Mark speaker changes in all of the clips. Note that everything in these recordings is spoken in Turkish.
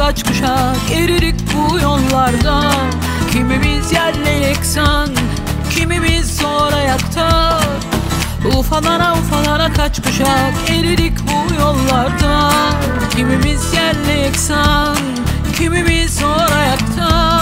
Speaker 1: kaç kuşak eridik bu yollarda. Kimimiz yerle yeksan, kimimiz zor ayakta. Ufalara kaç kuşak eridik bu yollarda. Kimimiz yerle yeksan, kimimiz zor ayakta.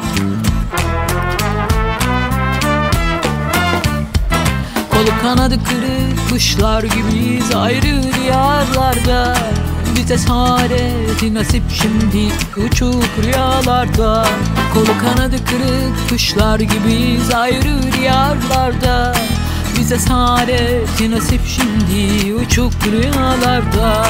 Speaker 1: Kolu kanadı kırık kuşlar gibiyiz ayrı diyarlarda. Bize saadet nasip şimdi uçuk rüyalarda. Kolu kanadı kırık kuşlar gibiyiz ayrı diyarlarda. Bize saadet nasip şimdi uçuk rüyalarda.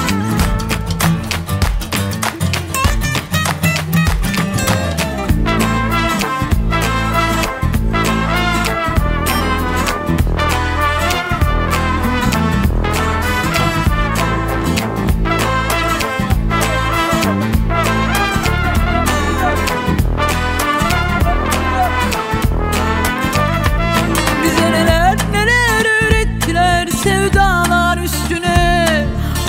Speaker 1: Sevdalar üstüne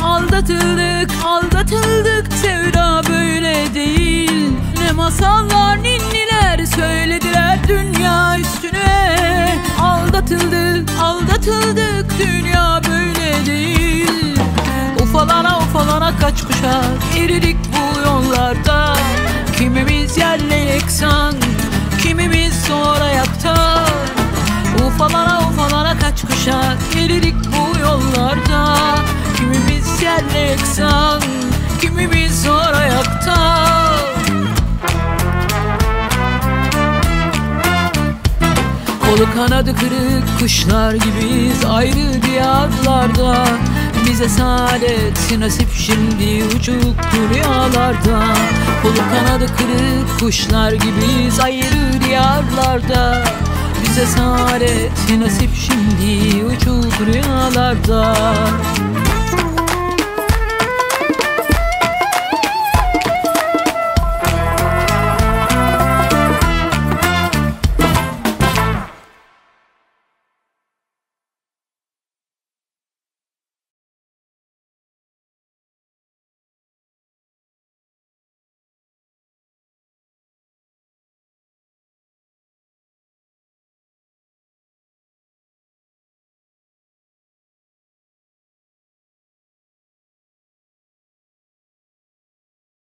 Speaker 1: aldatıldık sevda böyle değil. Ne masallar ninniler söylediler dünya üstüne. Aldatıldık dünya böyle değil. Ufalara kaç kuşak eridik bu yollarda. Kimimiz yerle yeksan, kimimiz zor ayakta. Ufalara kaç kuşak eridik bu yollarda. Kimimiz yerle yeksan, kimimiz zor ayakta. Kolu kanadı kırık kuşlar gibiyiz ayrı diyarlarda. Bize saadet nasip şimdi uçuk rüyalarda. Kolu kanadı kırık kuşlar gibiyiz ayrı diyarlarda. Bize saadet nasip şimdi uçuk rüyalarda.